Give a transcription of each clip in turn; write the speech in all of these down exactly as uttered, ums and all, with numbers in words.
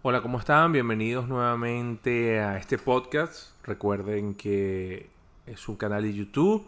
Hola, ¿cómo están? Bienvenidos nuevamente a este podcast. Recuerden que es un canal de YouTube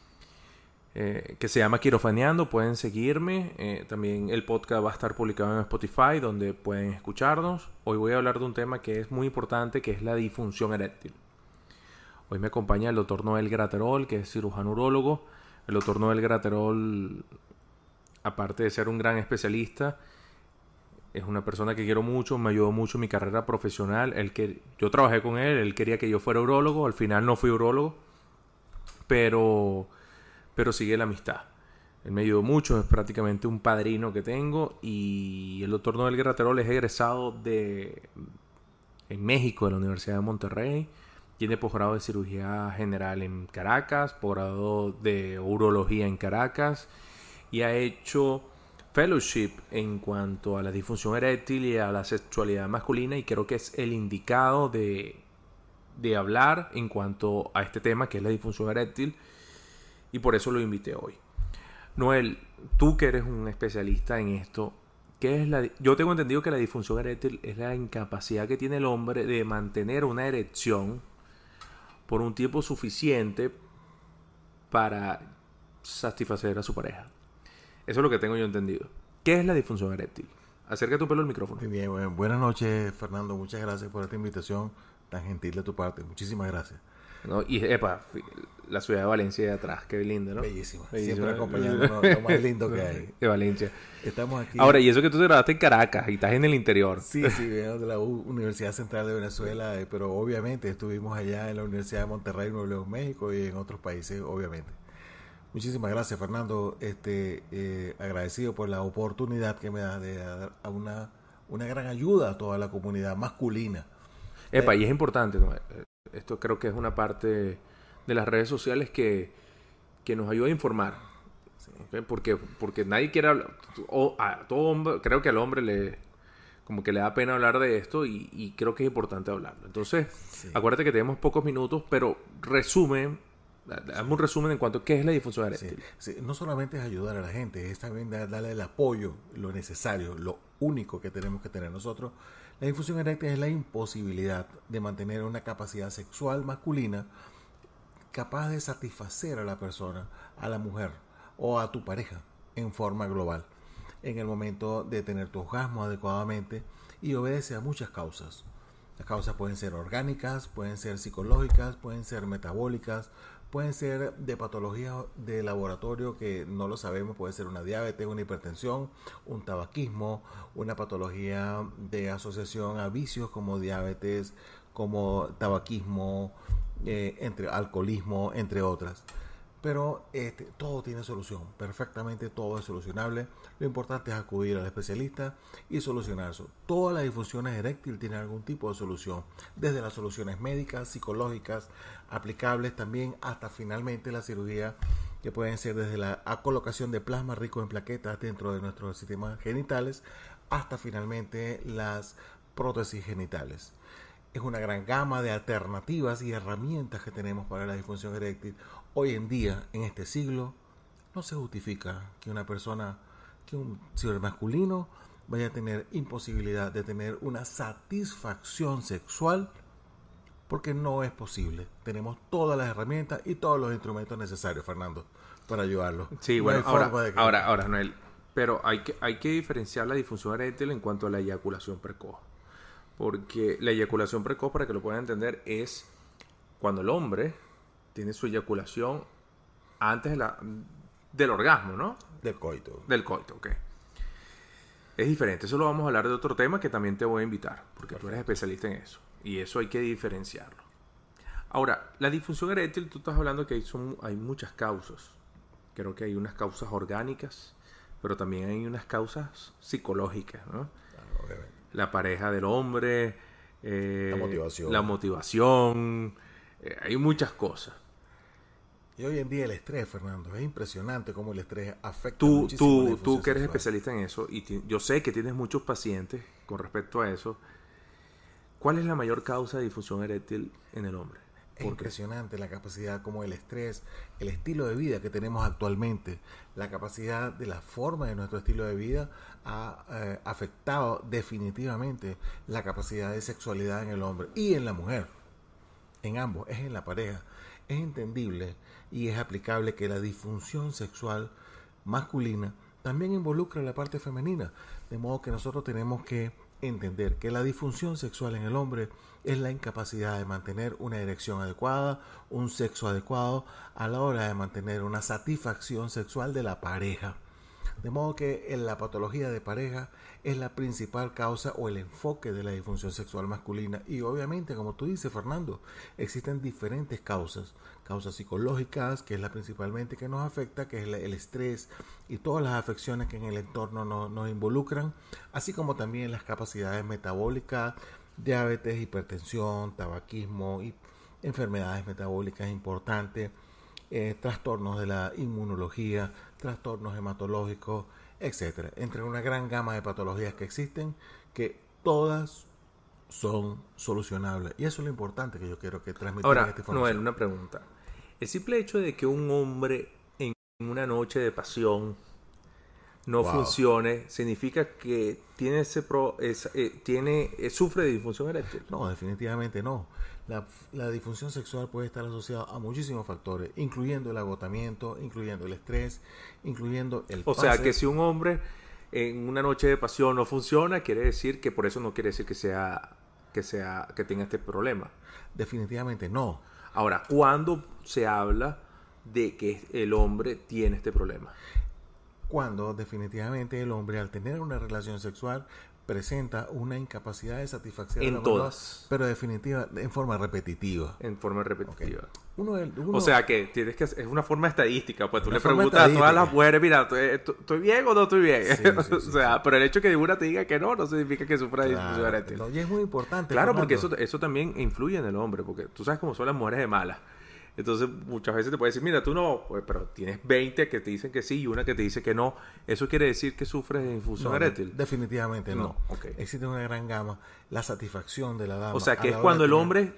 eh, que se llama Quirofaneando. Pueden seguirme. Eh, también el podcast va a estar publicado en Spotify, donde pueden escucharnos. Hoy voy a hablar de un tema que es muy importante, que es la disfunción eréctil. Hoy me acompaña el doctor Noel Graterol, que es cirujano urólogo. El doctor Noel Graterol, aparte de ser un gran especialista, es una persona que quiero mucho, me ayudó mucho en mi carrera profesional. Él que, yo trabajé con él, él quería que yo fuera urólogo, al final no fui urólogo, pero, pero sigue la amistad. Él me ayudó mucho, es prácticamente un padrino que tengo. Y el doctor Noel Graterol es egresado de, en México, de la Universidad de Monterrey. Tiene posgrado de cirugía general en Caracas, posgrado de urología en Caracas, y ha hecho fellowship en cuanto a la disfunción eréctil y a la sexualidad masculina, y creo que es el indicado de, de hablar en cuanto a este tema, que es la disfunción eréctil, y por eso lo invité hoy. Noel, tú que eres un especialista en esto, ¿qué es la? Yo tengo entendido que la disfunción eréctil es la incapacidad que tiene el hombre de mantener una erección por un tiempo suficiente para satisfacer a su pareja. Eso es lo que tengo yo entendido. ¿Qué es la disfunción eréctil? Acerca tu pelo al micrófono. Muy bien, bueno, buenas noches, Fernando. Muchas gracias por esta invitación tan gentil de tu parte. Muchísimas gracias. ¿No? Y, epa, la ciudad de Valencia de atrás, qué linda, ¿no? Bellísima. Bellísima. Siempre acompañándonos, lo más lindo que hay. De Valencia. Estamos aquí. Ahora, y eso que tú te graduaste en Caracas y estás en el interior. Sí, sí, vengo de la U- Universidad Central de Venezuela, eh, pero obviamente estuvimos allá en la Universidad de Monterrey, Nuevo León, México, y en otros países, obviamente. Muchísimas gracias, Fernando. Este, eh, agradecido por la oportunidad que me da de dar a una, una gran ayuda a toda la comunidad masculina. Epa, Eh, y es importante, ¿no? Esto creo que es una parte de las redes sociales que, que nos ayuda a informar. ¿Okay? Porque, porque nadie quiere hablar. O a todo hombre, creo que al hombre le como que le da pena hablar de esto, y, y creo que es importante hablarlo. Entonces, Sí. acuérdate que tenemos pocos minutos, pero resumen, dame un resumen en cuanto a qué es la disfunción eréctil. Sí, sí, no solamente es ayudar a la gente, es también dar- darle el apoyo, lo necesario, lo único que tenemos que tener nosotros. La disfunción eréctil es la imposibilidad de mantener una capacidad sexual masculina capaz de satisfacer a la persona, a la mujer o a tu pareja en forma global en el momento de tener tu orgasmo adecuadamente, y obedece a muchas causas. Las causas pueden ser orgánicas, pueden ser psicológicas, pueden ser metabólicas, pueden ser de patologías de laboratorio que no lo sabemos. Puede ser una diabetes, una hipertensión, un tabaquismo, una patología de asociación a vicios como diabetes, como tabaquismo, eh, entre alcoholismo, entre otras. Pero este, todo tiene solución, perfectamente todo es solucionable. Lo importante es acudir al especialista y solucionar eso. Todas las disfunciones eréctiles tienen algún tipo de solución, desde las soluciones médicas, psicológicas, aplicables también, hasta finalmente la cirugía, que pueden ser desde la colocación de plasma rico en plaquetas dentro de nuestros sistemas genitales, hasta finalmente las prótesis genitales. Es una gran gama de alternativas y herramientas que tenemos para la disfunción eréctil. Hoy en día, en este siglo, no se justifica que una persona, que un ser masculino vaya a tener imposibilidad de tener una satisfacción sexual, porque no es posible. Tenemos todas las herramientas y todos los instrumentos necesarios, Fernando, para ayudarlo. Sí, No bueno, hay ahora, forma de que- ahora, ahora, Noel, pero hay que, hay que diferenciar la disfunción eréctil en cuanto a la eyaculación precoz. Porque la eyaculación precoz, para que lo puedan entender, es cuando el hombre tiene su eyaculación antes de la, del orgasmo, ¿no? del coito. Del coito, ok. Es diferente. Eso lo vamos a hablar de otro tema que también te voy a invitar, porque tú eres especialista en eso. Y eso hay que diferenciarlo. Ahora, la disfunción eréctil, tú estás hablando que hay, son, hay muchas causas. Creo que hay unas causas orgánicas, pero también hay unas causas psicológicas, ¿no? Claro, obviamente. La pareja del hombre, eh, La motivación. la motivación, eh, hay muchas cosas. Y hoy en día el estrés, Fernando, es impresionante cómo el estrés afecta Tú, muchísimo la tú, disfunción tú que eres sexual. especialista en eso, y ti- yo sé que tienes muchos pacientes con respecto a eso, ¿cuál es la mayor causa de disfunción eréctil en el hombre? Es impresionante la capacidad, como el estrés, el estilo de vida que tenemos actualmente, la capacidad de la forma de nuestro estilo de vida ha eh, afectado definitivamente la capacidad de sexualidad en el hombre y en la mujer, en ambos, es en la pareja. Es entendible y es aplicable que la disfunción sexual masculina también involucra la parte femenina, de modo que nosotros tenemos que entender que la disfunción sexual en el hombre es la incapacidad de mantener una erección adecuada, un sexo adecuado a la hora de mantener una satisfacción sexual de la pareja. De modo que en la patología de pareja es la principal causa o el enfoque de la disfunción sexual masculina. Y obviamente, como tú dices, Fernando, existen diferentes causas. Causas psicológicas, que es la principalmente que nos afecta, que es el estrés y todas las afecciones que en el entorno nos, nos involucran, así como también las capacidades metabólicas, diabetes, hipertensión, tabaquismo y enfermedades metabólicas importantes, eh, trastornos de la inmunología, trastornos hematológicos, etcétera. Entre una gran gama de patologías que existen, que todas son solucionables. Y eso es lo importante que yo quiero que transmitan. Ahora, esta información. Noel, una pregunta. El simple hecho de que un hombre en una noche de pasión no Wow. funcione, significa que tiene ese pro, es, eh, tiene, eh, sufre de disfunción eréctil. No, definitivamente no. La, la disfunción sexual puede estar asociada a muchísimos factores, incluyendo el agotamiento, incluyendo el estrés, incluyendo el O pase. sea, que si un hombre en una noche de pasión no funciona, quiere decir que por eso no quiere decir que sea que sea que tenga este problema. Definitivamente no. Ahora, ¿cuándo se habla de que el hombre tiene este problema? Cuando definitivamente el hombre, al tener una relación sexual, presenta una incapacidad de satisfacción En de la mano, todas. pero definitiva, en forma repetitiva. En forma repetitiva. Uno, del- uno- O sea que tienes que es una forma estadística, pues tú Una le forma preguntas a todas estadística. las mujeres, mira, ¿estoy, estoy bien o no estoy bien? Sí, sí, o sí, sea, sí. pero el hecho de que una te diga que no, no significa que sufra de disfunción Claro, eréctil. no, y es muy importante. Claro, porque Fernando. eso, eso también influye en el hombre, porque tú sabes cómo son las mujeres de malas. Entonces, muchas veces te puede decir, mira, tú no, pues, pero tienes veinte que te dicen que sí y una que te dice que no. ¿Eso quiere decir que sufres de disfunción No, eréctil? definitivamente no. No, ok. Existe una gran gama. La satisfacción de la dama. O sea, a que la es hora cuando de el tener- hombre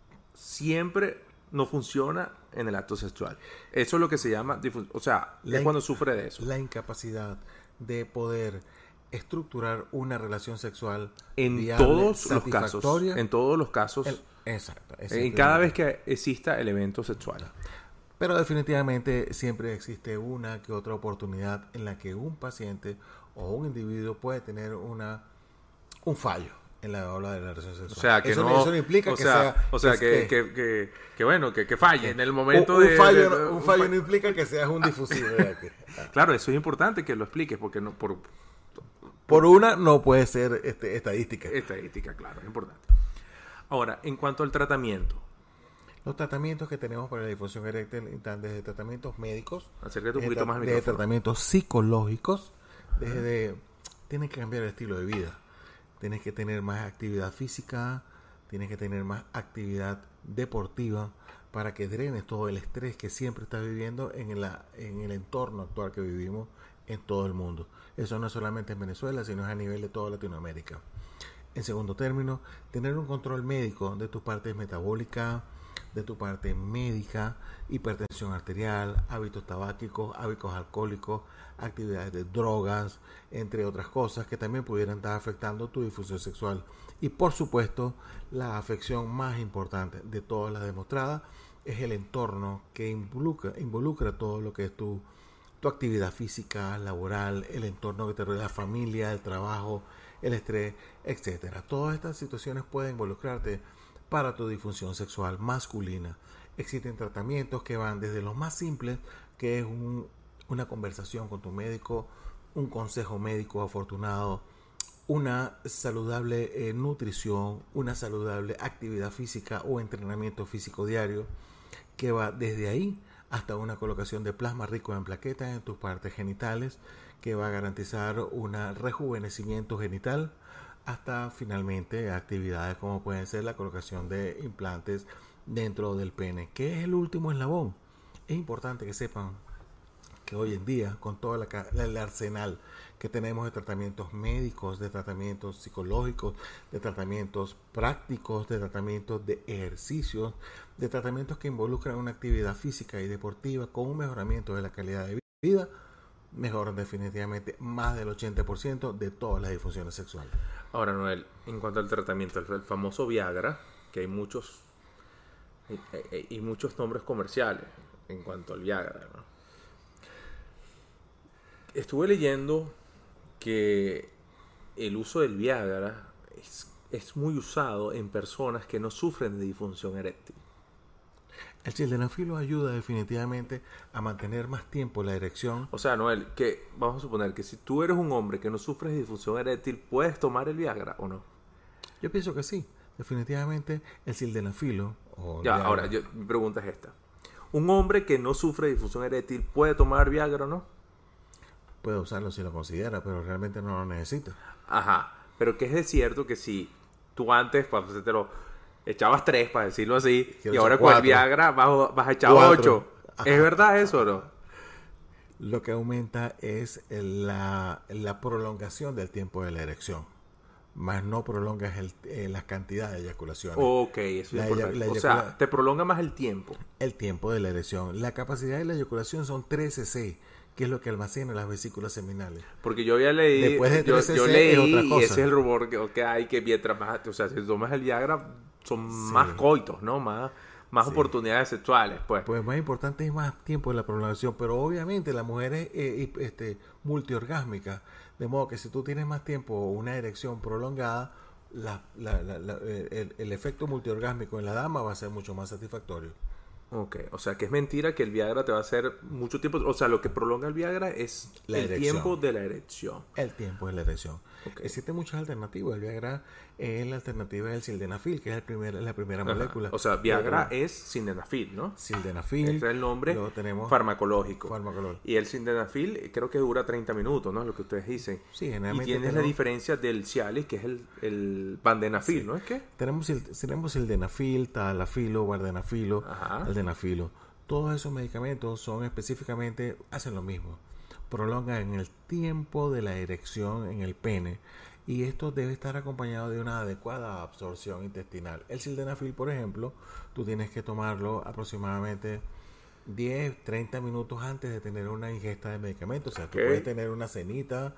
siempre no funciona en el acto sexual. Eso es lo que se llama disfunción. O sea, La es in- cuando sufre de eso. La incapacidad de poder estructurar una relación sexual En viable, todos los casos. satisfactoria. En todos los casos. El- exacto. ese En es cada el- vez que exista el evento sexual. Pero definitivamente siempre existe una que otra oportunidad en la que un paciente o un individuo puede tener una un fallo en la hora de la relación sexual. O sea, que eso, no, eso no implica o que sea, sea... o sea, es que, que, que, que bueno, que, que falle en el momento un, un de... fallo, de- de- un un fallo fa- no implica que seas un difusivo. ¿Verdad? Claro, eso es importante que lo expliques, porque no por Por una no puede ser este, estadística. estadística, claro, es importante. Ahora, en cuanto al tratamiento, Los tratamientos que tenemos para la disfunción eréctil están desde tratamientos médicos, acércate un desde, poquito tra- más al desde micrófono. tratamientos psicológicos, desde tienes que cambiar el estilo de vida, tienes que tener más actividad física, tienes que tener más actividad deportiva para que drenes todo el estrés que siempre estás viviendo en, la, en el entorno actual que vivimos en todo el mundo. Eso no es solamente en Venezuela, sino es a nivel de toda Latinoamérica. En segundo término, tener un control médico de tus partes metabólicas, de tu parte médica, hipertensión arterial, hábitos tabáquicos, hábitos alcohólicos, actividades de drogas, entre otras cosas que también pudieran estar afectando tu disfunción sexual. Y por supuesto, la afección más importante de todas las demostradas es el entorno que involucra, involucra todo lo que es tu, tu actividad física, laboral, el entorno que te rodea, la familia, el trabajo, el estrés, etcétera. Todas estas situaciones pueden involucrarte para tu disfunción sexual masculina. Existen tratamientos que van desde lo más simple, que es un, una conversación con tu médico, un consejo médico afortunado, una saludable eh, nutrición, una saludable actividad física o entrenamiento físico diario, que va desde ahí hasta una colocación de plasma rico en plaquetas en tus partes genitales, que va a garantizar un rejuvenecimiento genital, hasta finalmente actividades como pueden ser la colocación de implantes dentro del pene, que es el último eslabón. Es importante que sepan que hoy en día, con todo la, el arsenal que tenemos de tratamientos médicos, de tratamientos psicológicos, de tratamientos prácticos, de tratamientos de ejercicios, de tratamientos que involucran una actividad física y deportiva con un mejoramiento de la calidad de vida, mejoran definitivamente más del ochenta por ciento de todas las disfunciones sexuales. Ahora, Noel, en cuanto al tratamiento, el, el famoso Viagra, que hay muchos y, y muchos nombres comerciales en cuanto al Viagra, ¿no? Estuve leyendo que el uso del Viagra es, es muy usado en personas que no sufren de disfunción eréctil. El sildenafil ayuda definitivamente a mantener más tiempo la erección. O sea, Noel, que vamos a suponer que si tú eres un hombre que no sufres de disfunción eréctil, ¿puedes tomar el Viagra o no? Yo pienso que sí. Definitivamente el sildenafilo. O ya, Viagra. Ahora, yo, mi pregunta es esta. ¿Un hombre que no sufre de disfunción eréctil puede tomar Viagra o no? Puede usarlo si lo considera, pero realmente no lo necesita. Ajá, pero que es cierto que si tú antes, pues, te lo echabas tres, para decirlo así, Quiero y ahora con el Viagra vas, vas a echar ocho. ¿Es verdad eso o no? Lo que aumenta es la, la prolongación del tiempo de la erección, más no prolongas el, eh, las cantidades de eyaculaciones. Ok, eso es importante. O sea, te prolonga más el tiempo. El tiempo de la erección. La capacidad de la eyaculación son tres cc, que es lo que almacena las vesículas seminales. Porque yo había leído, Después de yo, yo leí, es otra cosa. Y ese es el rumor que, que hay, que mientras más, o sea, si tomas el Viagra, son sí. más coitos, ¿no? Más, más sí. oportunidades sexuales, pues. Pues más importante es más tiempo de la prolongación, pero obviamente la mujer es eh, este, multiorgásmica, de modo que si tú tienes más tiempo o una erección prolongada, la, la, la, la, el, el efecto multiorgásmico en la dama va a ser mucho más satisfactorio. Ok, o sea que es mentira que el Viagra te va a hacer mucho tiempo. O sea, lo que prolonga el Viagra es la el erección. tiempo de la erección. El tiempo de la erección. Okay. Existen muchas alternativas. El Viagra es la alternativa del sildenafil, que es el primer, la primera Ajá. molécula. O sea, Viagra es sildenafil, ¿no? Sildenafil. Este es el nombre lo tenemos farmacológico. farmacológico. Y el sildenafil creo que dura treinta minutos, ¿no? Lo que ustedes dicen. Sí, generalmente. Y tienes tenemos... la diferencia del Cialis, que es el, el Vardenafil, sí. ¿no es qué? Tenemos, tenemos sildenafil, tadalafilo, vardenafilo, aldenafilo. Todos esos medicamentos son específicamente, hacen lo mismo. Prolongan el tiempo de la erección en el pene. Y esto debe estar acompañado de una adecuada absorción intestinal. El sildenafil, por ejemplo, tú tienes que tomarlo aproximadamente diez, treinta minutos antes de tener una ingesta de medicamentos. O sea, okay. tú puedes tener una cenita,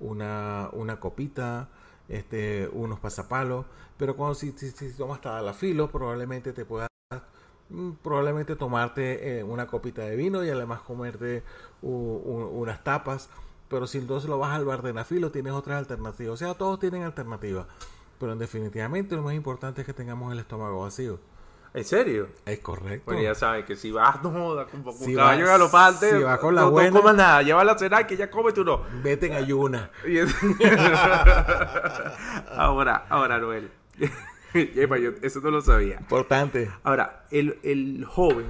una, una copita, este, unos pasapalos, pero cuando si, si, si tomas tadalafilo, probablemente te puedas probablemente tomarte eh, una copita de vino y además comerte uh, uh, unas tapas. Pero si entonces lo vas al vardenafilo, tienes otras alternativas. O sea, todos tienen alternativas. Pero definitivamente lo más importante es que tengamos el estómago vacío. ¿En serio? Es correcto. Bueno, ya saben que si vas, no jodas, con, con si caballo vas, galopante, si vas con la no, buena, no comas nada. Lleva la cena que ya come tú no. Vete en ayuna. ahora, ahora, Noel. Epa, yo eso no lo sabía. Importante. Ahora, el, el joven,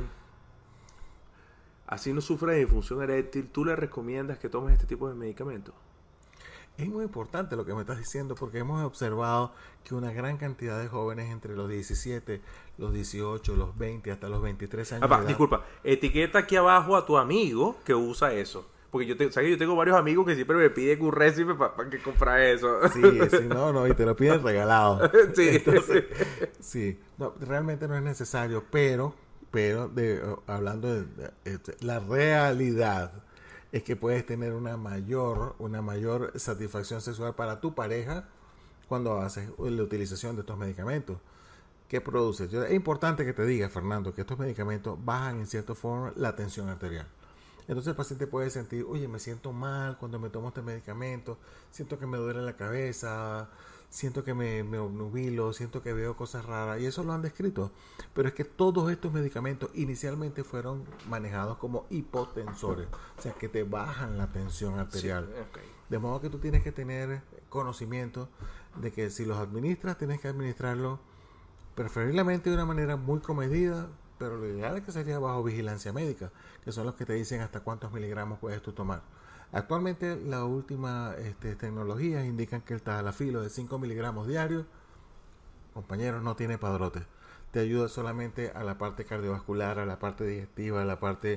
así no sufre de disfunción eréctil, ¿tú le recomiendas que tomes este tipo de medicamentos? Es muy importante lo que me estás diciendo porque hemos observado que una gran cantidad de jóvenes entre los diecisiete, los dieciocho, los veinte, hasta los veintitrés años Apa, de edad. Disculpa, etiqueta aquí abajo a tu amigo que usa eso. Porque yo, te, ¿sabes? Yo tengo varios amigos que siempre me piden un récipe para pa que comprar eso. Sí, sí, no, no, y te lo piden regalado. Sí. Entonces, sí, no, realmente no es necesario, pero, pero de, hablando de, de, de la realidad es que puedes tener una mayor, una mayor satisfacción sexual para tu pareja cuando haces la utilización de estos medicamentos. ¿Qué produce? Yo, es importante que te diga, Fernando, que estos medicamentos bajan en cierta forma la tensión arterial. Entonces el paciente puede sentir, oye, me siento mal cuando me tomo este medicamento, siento que me duele la cabeza, siento que me, me obnubilo, siento que veo cosas raras, y eso lo han descrito. Pero es que todos estos medicamentos inicialmente fueron manejados como hipotensores, o sea, que te bajan la tensión arterial. Sí, okay. De modo que tú tienes que tener conocimiento de que si los administras, tienes que administrarlo preferiblemente de una manera muy comedida, pero lo ideal es que sería bajo vigilancia médica, que son los que te dicen hasta cuántos miligramos puedes tú tomar. Actualmente las últimas este, tecnologías indican que el tadalafilo de cinco miligramos diarios, compañeros, no tiene padrote. Te ayuda solamente a la parte cardiovascular, a la parte digestiva, a la parte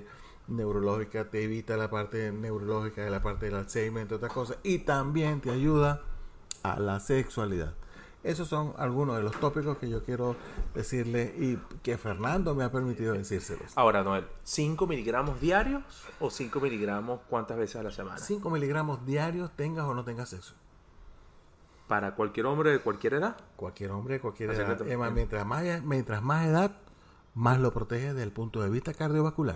neurológica, te evita la parte neurológica de la parte del Alzheimer, entre otras cosas, y también te ayuda a la sexualidad. Esos son algunos de los tópicos que yo quiero decirle y que Fernando me ha permitido decírselos. Ahora, Noel, ¿cinco miligramos diarios o cinco miligramos cuántas veces a la semana? cinco miligramos diarios, tengas o no tengas sexo. ¿Para cualquier hombre de cualquier edad? Cualquier hombre de cualquier Así edad. que te- Emma, mientras, más, mientras más edad, más lo protege desde el punto de vista cardiovascular.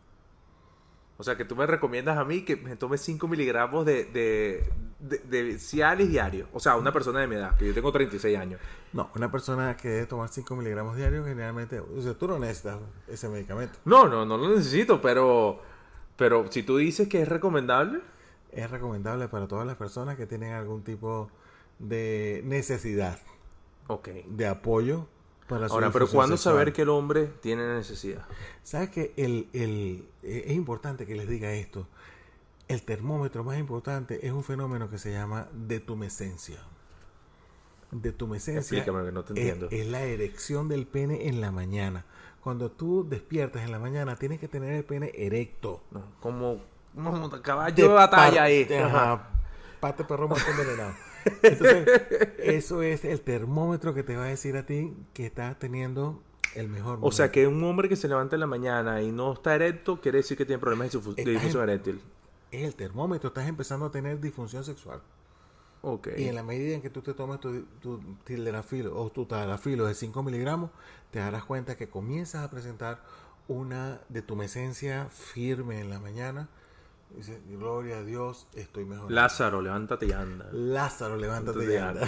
O sea, que tú me recomiendas a mí que me tome cinco miligramos de, de, de, de Cialis diario. O sea, una persona de mi edad, que yo tengo treinta y seis años. No, una persona que debe tomar cinco miligramos diarios, generalmente, o sea, tú no necesitas ese medicamento. No, no, no lo necesito, pero, pero si tú dices que es recomendable, Es recomendable para todas las personas que tienen algún tipo de necesidad ok. de apoyo para su Ahora, pero difusión ¿cuándo sexual. saber que el hombre tiene necesidad? ¿Sabes que el, el, eh, es importante que les diga esto? El termómetro más importante es un fenómeno que se llama detumescencia. Detumescencia Explícame, que no te es, entiendo. es la erección del pene en la mañana. Cuando tú despiertas en la mañana, tienes que tener el pene erecto. No, como, como caballo de batalla ahí. parte- Ajá. ajá, Pate perro muerto envenenado. Entonces, eso es el termómetro que te va a decir a ti que estás teniendo el mejor O sea, momento. que un hombre que se levanta en la mañana y no está erecto, quiere decir que tiene problemas de, difu- de Estás difusión en- eréctil. Es el termómetro, estás empezando a tener disfunción sexual. Ok. Y en la medida en que tú te tomes tu, tu sildenafil o tu tadalafilo de cinco miligramos, te darás cuenta que comienzas a presentar una detumescencia firme en la mañana. Dice, gloria a Dios, estoy mejor. Lázaro, levántate y anda. Lázaro, levántate y anda.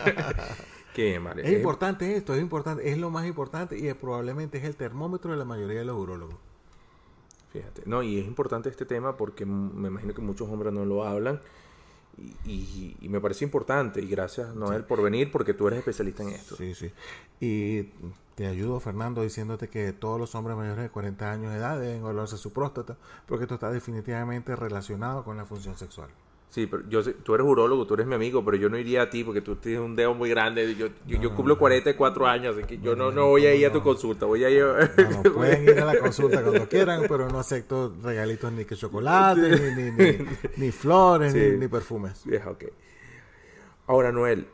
Qué mal. Es importante esto, es importante, es lo más importante y es, probablemente es el termómetro de la mayoría de los urólogos. Fíjate. No, y es importante este tema porque m- me imagino que muchos hombres no lo hablan. Y, y- y me parece importante. Y gracias, Noel, por venir, porque tú eres especialista en esto. Sí, sí. Y te ayudo, Fernando, diciéndote que todos los hombres mayores de cuarenta años de edad deben evaluarse su próstata, porque esto está definitivamente relacionado con la función sexual. Sí, pero yo sé, tú eres urólogo, tú eres mi amigo, pero yo no iría a ti porque tú tienes un dedo muy grande. Yo, yo, No, yo no, cumplo no. cuarenta y cuatro años, así que yo No, no, no, no voy a ir a no. tu consulta. Voy a ir. No, no, pueden ir a la consulta cuando quieran, pero no acepto regalitos ni que chocolate, ni, ni, ni, ni flores, Sí. ni, ni perfumes. Vieja, ok. Ahora, Noel,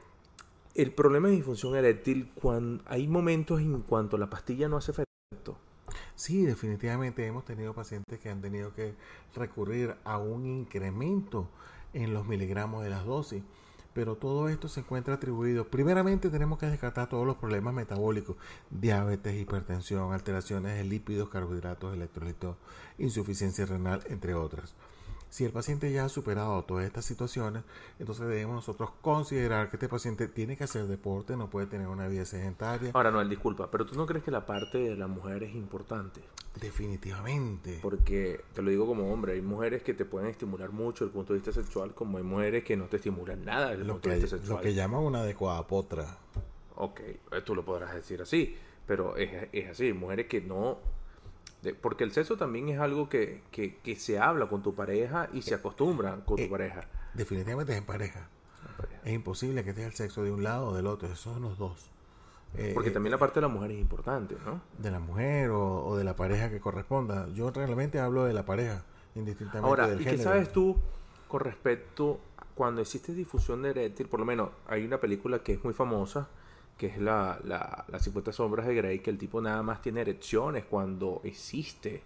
el problema de disfunción eréctil, cuando hay momentos en cuanto la pastilla no hace efecto. Sí, definitivamente hemos tenido pacientes que han tenido que recurrir a un incremento en los miligramos de las dosis, pero todo esto se encuentra atribuido. Primeramente tenemos que descartar todos los problemas metabólicos, diabetes, hipertensión, alteraciones de lípidos, carbohidratos, electrolitos, insuficiencia renal, entre otras. Si el paciente ya ha superado todas estas situaciones, entonces debemos nosotros considerar que este paciente tiene que hacer deporte, no puede tener una vida sedentaria. Ahora, Noel, disculpa, pero tú no crees que la parte de la mujer es importante. Definitivamente. Porque, te lo digo como hombre, hay mujeres que te pueden estimular mucho desde el punto de vista sexual, como hay mujeres que no te estimulan nada desde el Lo punto que, de vista sexual. lo que llaman una adecuada potra. Ok, eh, tú lo podrás decir así, pero es, es así, mujeres que no... de- porque el sexo también es algo que, que, que se habla con tu pareja y se acostumbran con tu eh, pareja. Definitivamente es en pareja. Es imposible que tenga el sexo de un lado o del otro, esos son los dos. Eh, Porque eh, también la parte de la mujer es importante, ¿no? de la mujer o, o de la pareja que corresponda. Yo realmente hablo de la pareja, indistintamente Ahora, del ¿y qué género. sabes tú con respecto a cuando existe difusión de eréctil? Por lo menos hay una película que es muy famosa, que es la, la, Las cincuenta sombras de Grey, que el tipo nada más tiene erecciones cuando existe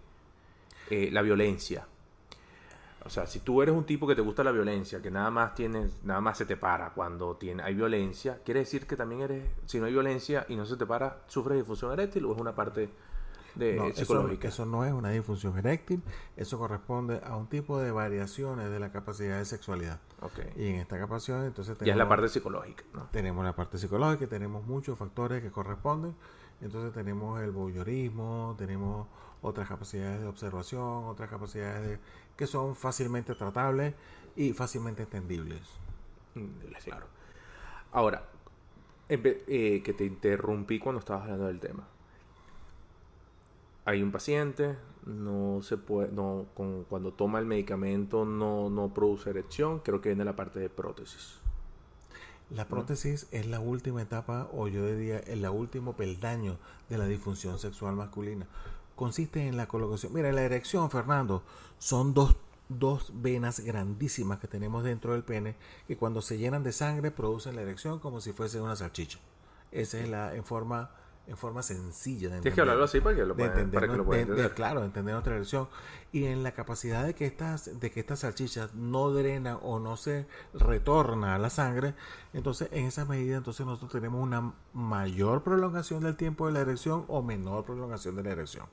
eh, la violencia. O sea, si tú eres un tipo que te gusta la violencia, que nada más tienes, nada más se te para cuando tiene, hay violencia, quiere decir que también eres, si no hay violencia y no se te para, ¿sufres difusión eréctil o es una parte de, No, eh, eso, psicológica? eso no es una disfunción eréctil, eso corresponde a un tipo de variaciones de la capacidad de sexualidad. Ok. Y en esta capacidad entonces Ya es la tenemos- parte psicológica, ¿no? tenemos la parte psicológica, tenemos muchos factores que corresponden. Entonces tenemos el voyeurismo, tenemos otras capacidades de observación, otras capacidades de, que son fácilmente tratables y fácilmente entendibles. Mm, Claro. Ahora, empe- eh, que te interrumpí cuando estabas hablando del tema. Hay un paciente, no se puede, no, con, cuando toma el medicamento no, no produce erección, creo que viene la parte de prótesis. La prótesis es la última etapa, o yo diría, el último peldaño de la disfunción sexual masculina. consiste en la colocación. Mira, la erección, Fernando, son dos, dos venas grandísimas que tenemos dentro del pene que cuando se llenan de sangre producen la erección como si fuese una salchicha. Esa es la en forma en forma sencilla de entender. Tienes que hablarlo así para que lo puedan para que lo puedan entender. De, de, claro, entender nuestra erección. Y en la capacidad de que estas de que estas salchichas no drenan o no se retorna a la sangre, entonces en esa medida entonces nosotros tenemos una mayor prolongación del tiempo de la erección o menor prolongación de la erección.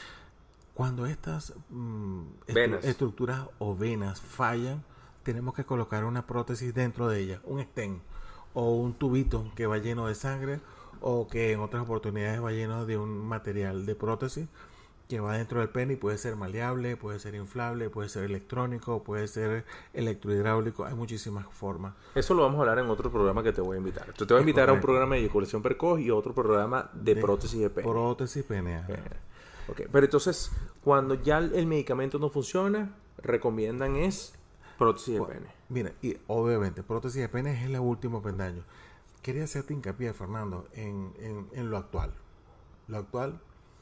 Cuando estas mmm, estru- estructuras o venas fallan, tenemos que colocar una prótesis dentro de ellas, un stent o un tubito que va lleno de sangre, o que en otras oportunidades va lleno de un material de prótesis que va dentro del pene y puede ser maleable, puede ser inflable, puede ser electrónico, puede ser electrohidráulico, hay muchísimas formas. Eso lo vamos a hablar en otro programa que te voy a invitar. Yo te voy a invitar a un programa de eyaculación precoz y otro programa de, de prótesis de pene. Prótesis pene. Okay. Pero entonces, cuando ya el medicamento no funciona, recomiendan es prótesis de pene. Mira, y obviamente prótesis de pene es el último pendaño. Quería hacerte hincapié, Fernando, en, en, en lo actual. Lo actual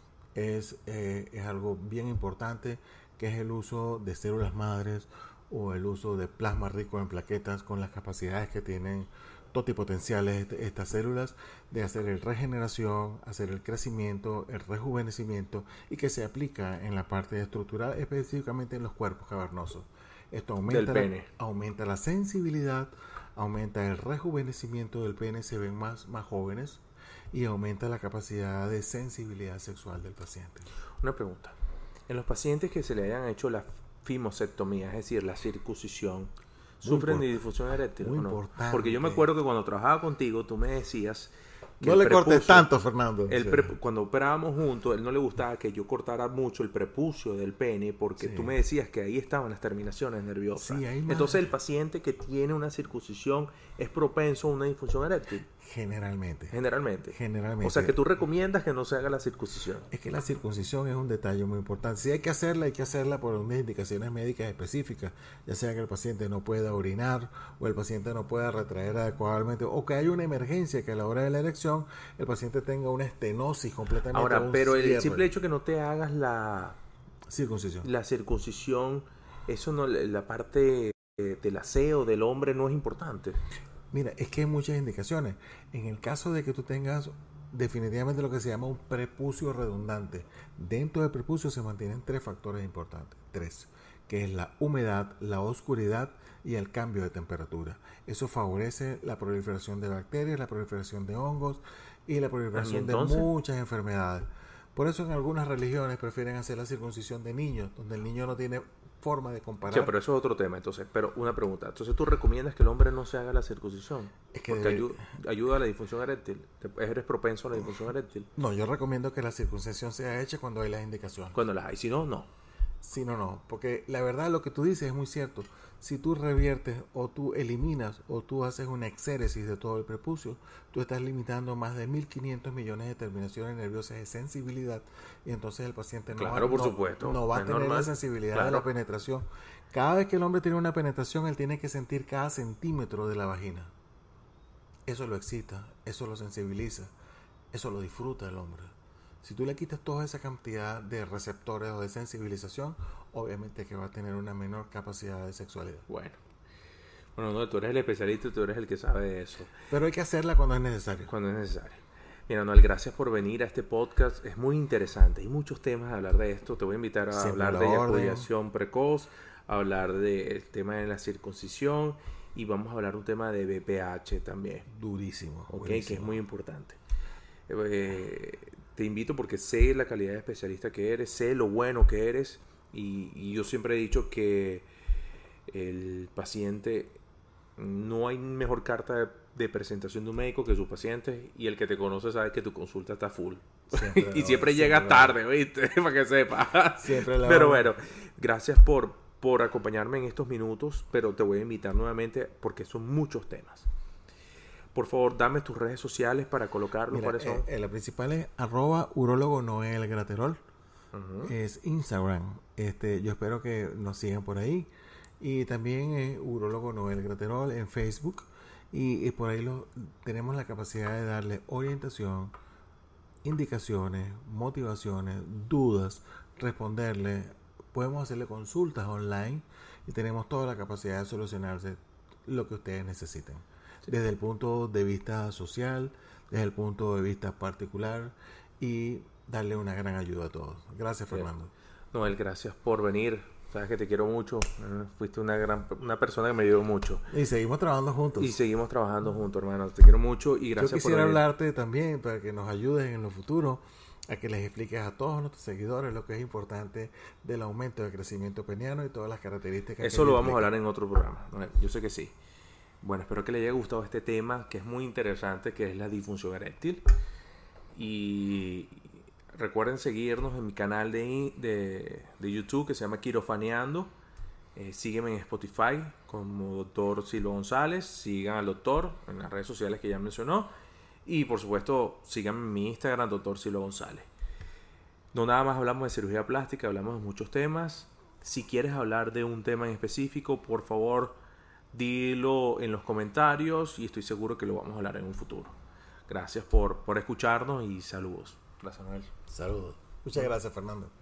es, eh, es algo bien importante, que es el uso de células madres o el uso de plasma rico en plaquetas con las capacidades que tienen totipotenciales estas células de hacer el regeneración, hacer el crecimiento, el rejuvenecimiento y que se aplica en la parte estructural, específicamente en los cuerpos cavernosos. Esto aumenta, del pene. La, aumenta la sensibilidad, aumenta el rejuvenecimiento del pene, se ven más, más jóvenes y aumenta la capacidad de sensibilidad sexual del paciente. Una pregunta. En los pacientes que se le hayan hecho la fimosectomía, es decir, la circuncisión, ¿sufren de disfunción eréctil o no? Importante. Porque yo me acuerdo que cuando trabajaba contigo, tú me decías que no le prepucio, cortes tanto, Fernando. El pre, cuando operábamos juntos, él no le gustaba que yo cortara mucho el prepucio del pene porque sí. Tú me decías que ahí estaban las terminaciones nerviosas. Sí, entonces el paciente que tiene una circuncisión es propenso a una disfunción eréctil. Generalmente. Generalmente. Generalmente. O sea que tú recomiendas que no se haga la circuncisión. Es que la circuncisión es un detalle muy importante. Si hay que hacerla, hay que hacerla por unas indicaciones médicas específicas, ya sea que el paciente no pueda orinar o el paciente no pueda retraer adecuadamente o que haya una emergencia que a la hora de la erección el paciente tenga una estenosis completamente. Ahora, pero cierre. El simple hecho que no te hagas la circuncisión, la circuncisión, eso no, la parte del aseo del hombre no es importante. Mira, es que hay muchas indicaciones. En el caso de que tú tengas definitivamente lo que se llama un prepucio redundante, dentro del prepucio se mantienen tres factores importantes. Tres, que es la humedad, la oscuridad y el cambio de temperatura. Eso favorece la proliferación de bacterias, la proliferación de hongos y la proliferación de muchas enfermedades. Por eso en algunas religiones prefieren hacer la circuncisión de niños, donde el niño no tiene forma de comparar. Sí, pero eso es otro tema. Entonces, pero una pregunta. Entonces, ¿tú recomiendas que el hombre no se haga la circuncisión? Es que porque debe... ayuda, ayuda a la disfunción eréctil. ¿Eres propenso a la disfunción eréctil? No, yo recomiendo que la circuncisión sea hecha cuando hay las indicaciones. Cuando las hay. Si no, no. Si no, no. Porque la verdad lo que tú dices es muy cierto. Si tú reviertes o tú eliminas o tú haces una exéresis de todo el prepucio, tú estás limitando más de mil quinientos millones de terminaciones nerviosas de sensibilidad y entonces el paciente no, claro, va, por no, supuesto. no va a es tener normal. la sensibilidad claro. de la penetración. Cada vez que el hombre tiene una penetración, él tiene que sentir cada centímetro de la vagina. Eso lo excita, eso lo sensibiliza, eso lo disfruta el hombre. Si tú le quitas toda esa cantidad de receptores o de sensibilización, obviamente que va a tener una menor capacidad de sexualidad. Bueno, bueno, no, tú eres el especialista y tú eres el que sabe de eso. Pero hay que hacerla cuando es necesario. Cuando es necesario. Mira, Noel, gracias por venir a este podcast. Es muy interesante. Hay muchos temas a hablar de esto. Te voy a invitar a Siempre hablar de orden. eyaculación precoz, a hablar del tema de la circuncisión y vamos a hablar un tema de B P H también. Durísimo. Ok, buenísimo. Que es muy importante. Eh, te invito porque sé la calidad de especialista que eres, sé lo bueno que eres y, y yo siempre he dicho que el paciente, no hay mejor carta de, de presentación de un médico que sus pacientes y el que te conoce sabe que tu consulta está full. Siempre y siempre llegas tarde, ¿viste? Para que sepas. Siempre la Pero bueno, gracias por, por acompañarme en estos minutos, pero te voy a invitar nuevamente porque son muchos temas. Por favor, dame tus redes sociales para colocarlos. Mira, ¿Cuáles son? Eh, la principal es arroba urólogo Noel Graterol. Uh-huh. Es Instagram. Este, yo espero que nos sigan por ahí. Y también es urólogo Noel Graterol en Facebook. Y, y por ahí lo, tenemos la capacidad de darle orientación, indicaciones, motivaciones, dudas, responderle. Podemos hacerle consultas online y tenemos toda la capacidad de solucionarse lo que ustedes necesiten. Sí. Desde el punto de vista social, desde el punto de vista particular, y darle una gran ayuda a todos. Gracias, Fernando. Noel, gracias por venir. Sabes que te quiero mucho. Fuiste una gran una persona que me ayudó mucho. Y seguimos trabajando juntos. Y seguimos trabajando juntos, hermano. Te quiero mucho y gracias por venir. Yo quisiera hablarte también para que nos ayudes en lo futuro a que les expliques a todos nuestros seguidores lo que es importante del aumento del crecimiento peniano y todas las características. Eso lo vamos a hablar en otro programa, Noel. Yo sé que sí. Bueno, espero que les haya gustado este tema que es muy interesante, que es la disfunción eréctil. Y recuerden seguirnos en mi canal de, de, de YouTube que se llama Quirofaneando. Eh, sígueme en Spotify como doctor Silva González. Sigan al doctor en las redes sociales que ya mencionó. Y por supuesto, síganme en mi Instagram, doctor Silva González. No nada más hablamos de cirugía plástica, hablamos de muchos temas. Si quieres hablar de un tema en específico, por favor, dilo en los comentarios y estoy seguro que lo vamos a hablar en un futuro. Gracias por, por escucharnos y saludos. Gracias, Noel. Saludos. Muchas gracias, Fernando.